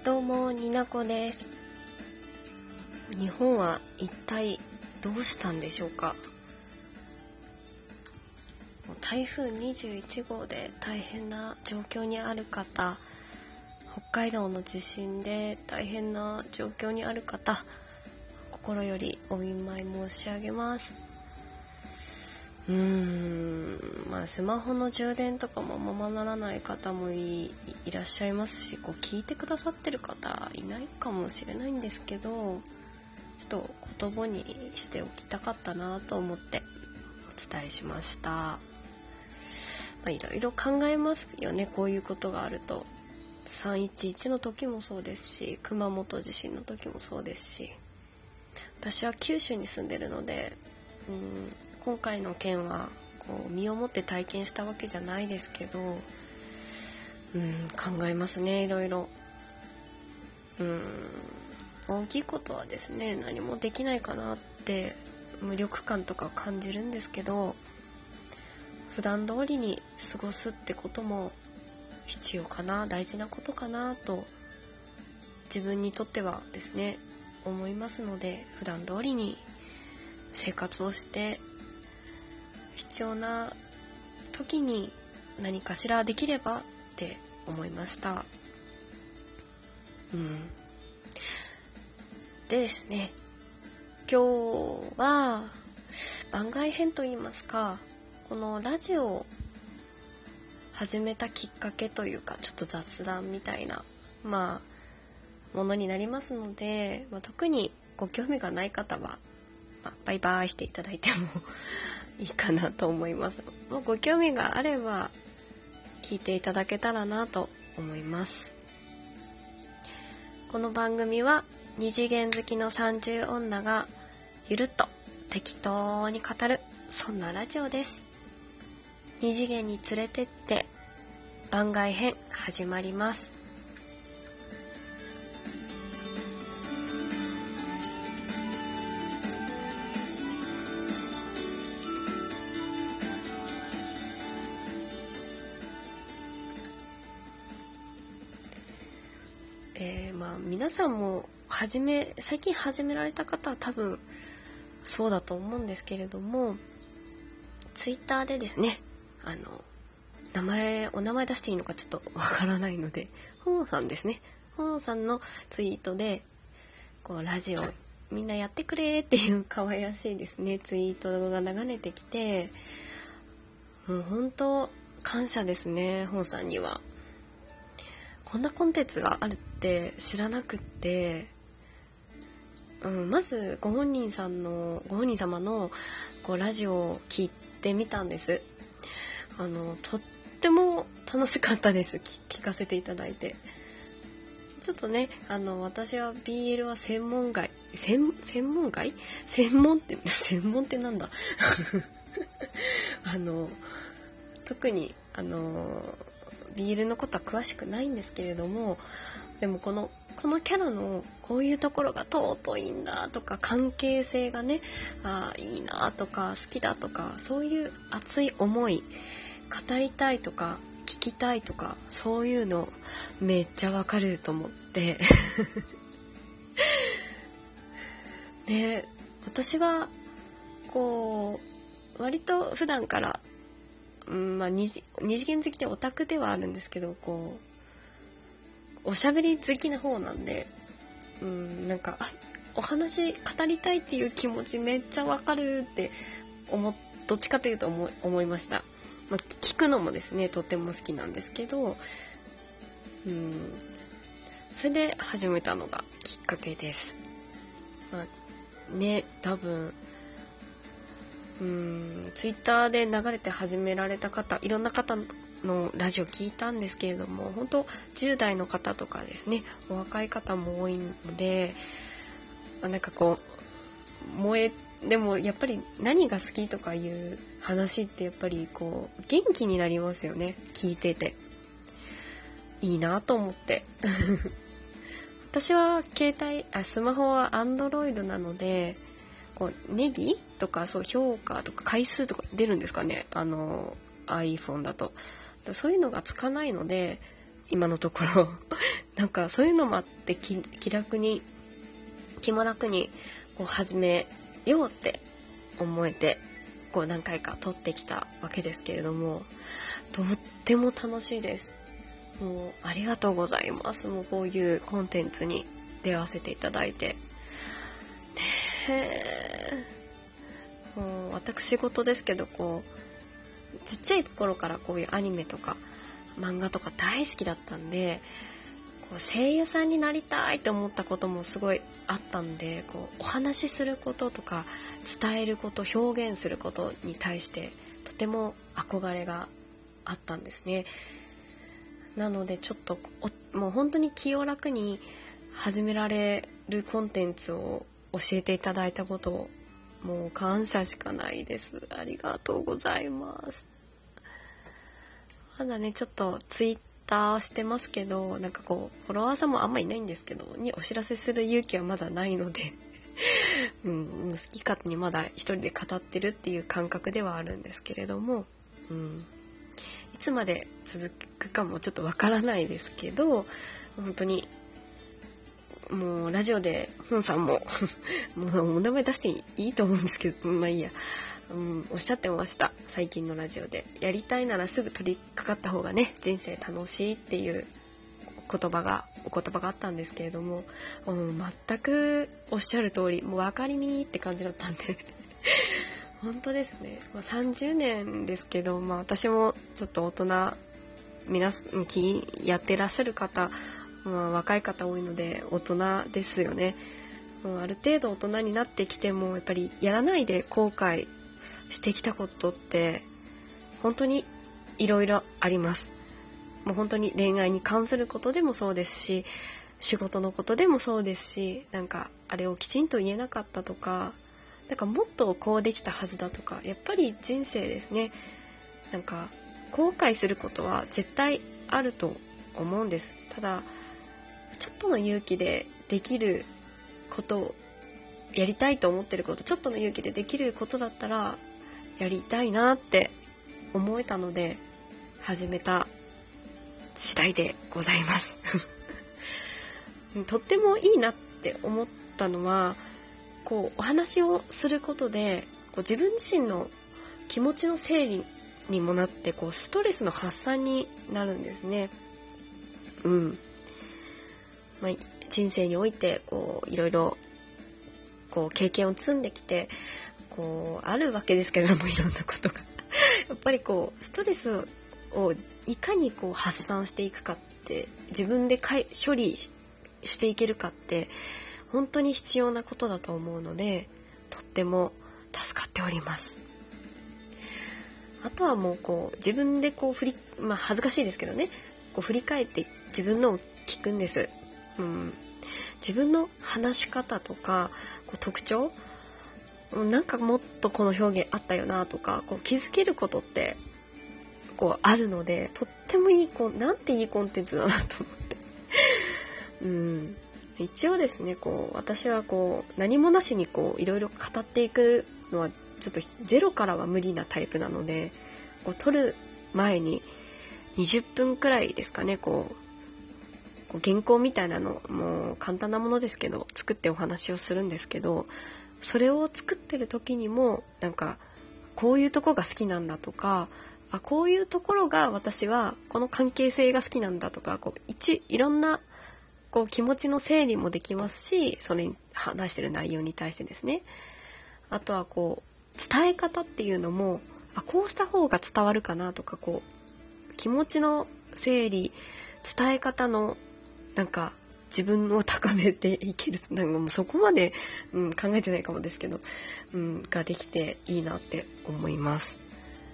どうもになこです。日本は一体どうしたんでしょうか。台風21号で大変な状況にある方、北海道の地震で大変な状況にある方、心よりお見舞い申し上げます。スマホの充電とかもままならない方もいらっしゃいますし、聞いてくださってる方いないかもしれないんですけど、ちょっと言葉にしておきたかったなと思ってお伝えしました。いろいろ考えますよね、こういうことがあると。311の時もそうですし、熊本地震の時もそうですし、私は九州に住んでるので、今回の件は身をもって体験したわけじゃないですけど、考えますね、いろいろ。大きいことはですね、何もできないかなって無力感とか感じるんですけど、普段通りに過ごすってことも必要かな、大事なことかなと自分にとってはですね思いますので、普段通りに生活をして必要な時に何かしらできればって思いました。でですね、今日は番外編といいますか、このラジオを始めたきっかけというか、ちょっと雑談みたいなものになりますので、特にご興味がない方は、バイバイしていただいてもいいかなと思います。ご興味があれば聞いていただけたらなと思います。この番組は二次元好きの30女がゆるっと適当に語る、そんなラジオです。二次元に連れてって番外編始まります。皆さんも最近始められた方は多分そうだと思うんですけれども、ツイッターでですね、お名前出していいのかちょっとわからないので、ほんさんですね、ほんさんのツイートでラジオみんなやってくれっていう可愛らしいですねツイートが流れてきて、もう本当感謝ですね。ほんさんにはこんなコンテンツがあるって知らなくって、まずご本人様のラジオを聞いてみたんです。とっても楽しかったです。聞かせていただいて。ちょっとね、私は BL は専門ってなんだ特にBL のことは詳しくないんですけれども、でもこのキャラのこういうところが尊いんだとか、関係性がね、いいなとか好きだとか、そういう熱い思い語りたいとか聞きたいとか、そういうのめっちゃわかると思ってで、私は割と普段から二次元好きでオタクではあるんですけど、おしゃべり好きな方なんで、お話語りたいっていう気持ちめっちゃわかるってどっちかというと思いました。聞くのもですねとても好きなんですけど、それで始めたのがきっかけです。多分ツイッターで流れて始められた方、いろんな方のラジオ聞いたんですけれども、本当10代の方とかですね、お若い方も多いので、でもやっぱり何が好きとかいう話ってやっぱり元気になりますよね。聞いてていいなと思って私はスマホは Android なので、ネギとか評価とか回数とか出るんですかね、iPhone だと。そういうのがつかないので、 今のところなんかそういうのもあって気楽に気も楽にこう始めようって思えてこう何回か撮ってきたわけですけれども、とっても楽しいです。もうありがとうございます。もうこういうコンテンツに出会わせていただいてもう私事ですけど、こうちっちゃい頃からこういうアニメとか漫画とか大好きだったんで、こう声優さんになりたいと思ったこともすごいあったんで、こうお話しすることとか伝えること、表現することに対してとても憧れがあったんですね。なのでちょっともう本当に気を楽に始められるコンテンツを教えていただいたことをもう感謝しかないです。ありがとうございます。まだねちょっとツイッターしてますけど、なんかこうフォロワーさんもあんまいないんですけどにお知らせする勇気はまだないので好き勝手にまだ一人で語ってるっていう感覚ではあるんですけれども、いつまで続くかもちょっとわからないですけど、本当にもうラジオで本さんももうお名前出していいと思うんですけど、まあいいや、おっしゃってました。最近のラジオでやりたいならすぐ取り掛かった方がね人生楽しいっていうお言葉があったんですけれども、全くおっしゃる通り、もう分かりみって感じだったんで本当ですね。30年ですけど、私もちょっと大人やってらっしゃる方、若い方多いので大人ですよね。ある程度大人になってきてもやっぱりやらないで後悔してきたことって本当にいろいろあります。もう本当に恋愛に関することでもそうですし、仕事のことでもそうですし、なんかあれをきちんと言えなかったとか、なんかもっとこうできたはずだとか、やっぱり人生ですね。なんか後悔することは絶対あると思うんです。ただちょっとの勇気でできることをやりたいと思ってること、ちょっとの勇気でできることだったらやりたいなって思えたので始めた次第でございますとってもいいなって思ったのは、こうお話をすることでこう自分自身の気持ちの整理にもなって、こうストレスの発散になるんですね。人生においてこういろいろこう経験を積んできてこうあるわけですけれども、いろんなことがやっぱりこうストレスをいかにこう発散していくかって、自分で処理していけるかって本当に必要なことだと思うので、とっても助かっております。あとはもうこう自分でこう恥ずかしいですけどね、こう振り返って自分のを聞くんです。自分の話し方とかこう特徴、なんかもっとこの表現あったよなとか、こう気づけることってこうあるので、とってもいいなんていいコンテンツだなと思って一応ですね、こう私はこう何もなしにこういろいろ語っていくのはちょっとゼロからは無理なタイプなので、こう撮る前に20分くらいですかね、こう原稿みたいなのもう簡単なものですけど作ってお話をするんですけど、それを作ってる時にもなんかこういうとこが好きなんだとか、こういうところが私はこの関係性が好きなんだとか、こういろんなこう気持ちの整理もできますし、それに話してる内容に対してですね。あとはこう伝え方っていうのもこうした方が伝わるかなとか、こう気持ちの整理、伝え方のなんか自分を高めていける、なんかもうそこまで、考えてないかもですけど、ができていいなって思います。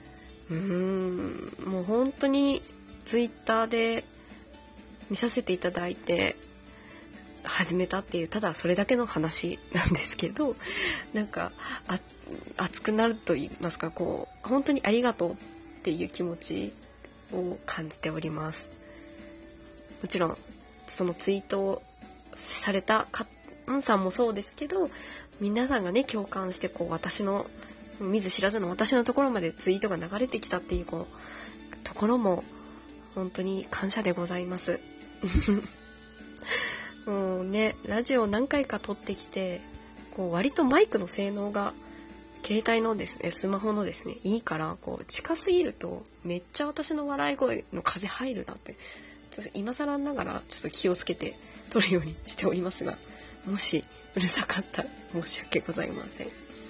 もう本当にツイッターで見させていただいて始めたっていう、ただそれだけの話なんですけど、なんか熱くなると言いますか、こう本当にありがとうっていう気持ちを感じております。もちろんそのツイートをされたさんもそうですけど、皆さんがね共感してこう私の見ず知らずの私のところまでツイートが流れてきたっていうところも本当に感謝でございますもうね、ラジオ何回か撮ってきて、こう割とマイクの性能が携帯のですね、スマホのですね、いいから、こう近すぎるとめっちゃ私の笑い声の風入るなって、ちょっと今更ながらちょっと気をつけて撮るようにしておりますが、もしうるさかったら申し訳ございません。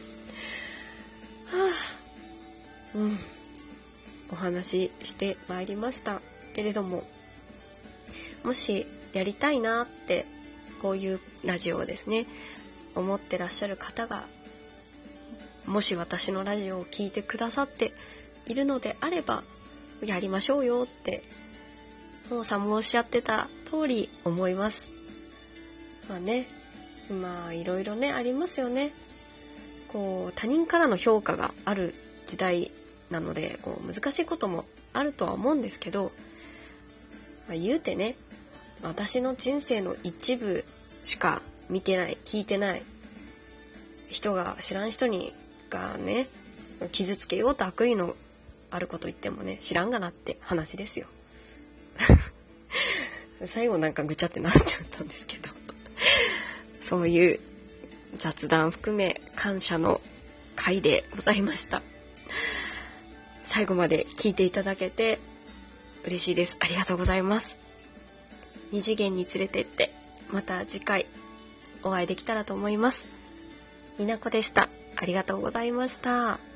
お話ししてまいりましたけれども、もしやりたいなってこういうラジオをですね思ってらっしゃる方が、もし私のラジオを聞いてくださっているのであれば、やりましょうよってもうさんもおっしゃってた通り思います。まあね、いろいろねありますよね。こう他人からの評価がある時代なので、こう難しいこともあるとは思うんですけど、言うてね、私の人生の一部しか見てない、聞いてない人が、知らん人がね傷つけようと悪意のあること言ってもね、知らんがなって話ですよ最後なんかぐちゃってなっちゃったんですけどそういう雑談含め感謝の回でございました。最後まで聞いていただけて嬉しいです。ありがとうございます。二次元に連れてってまた次回お会いできたらと思います。みなこでした。ありがとうございました。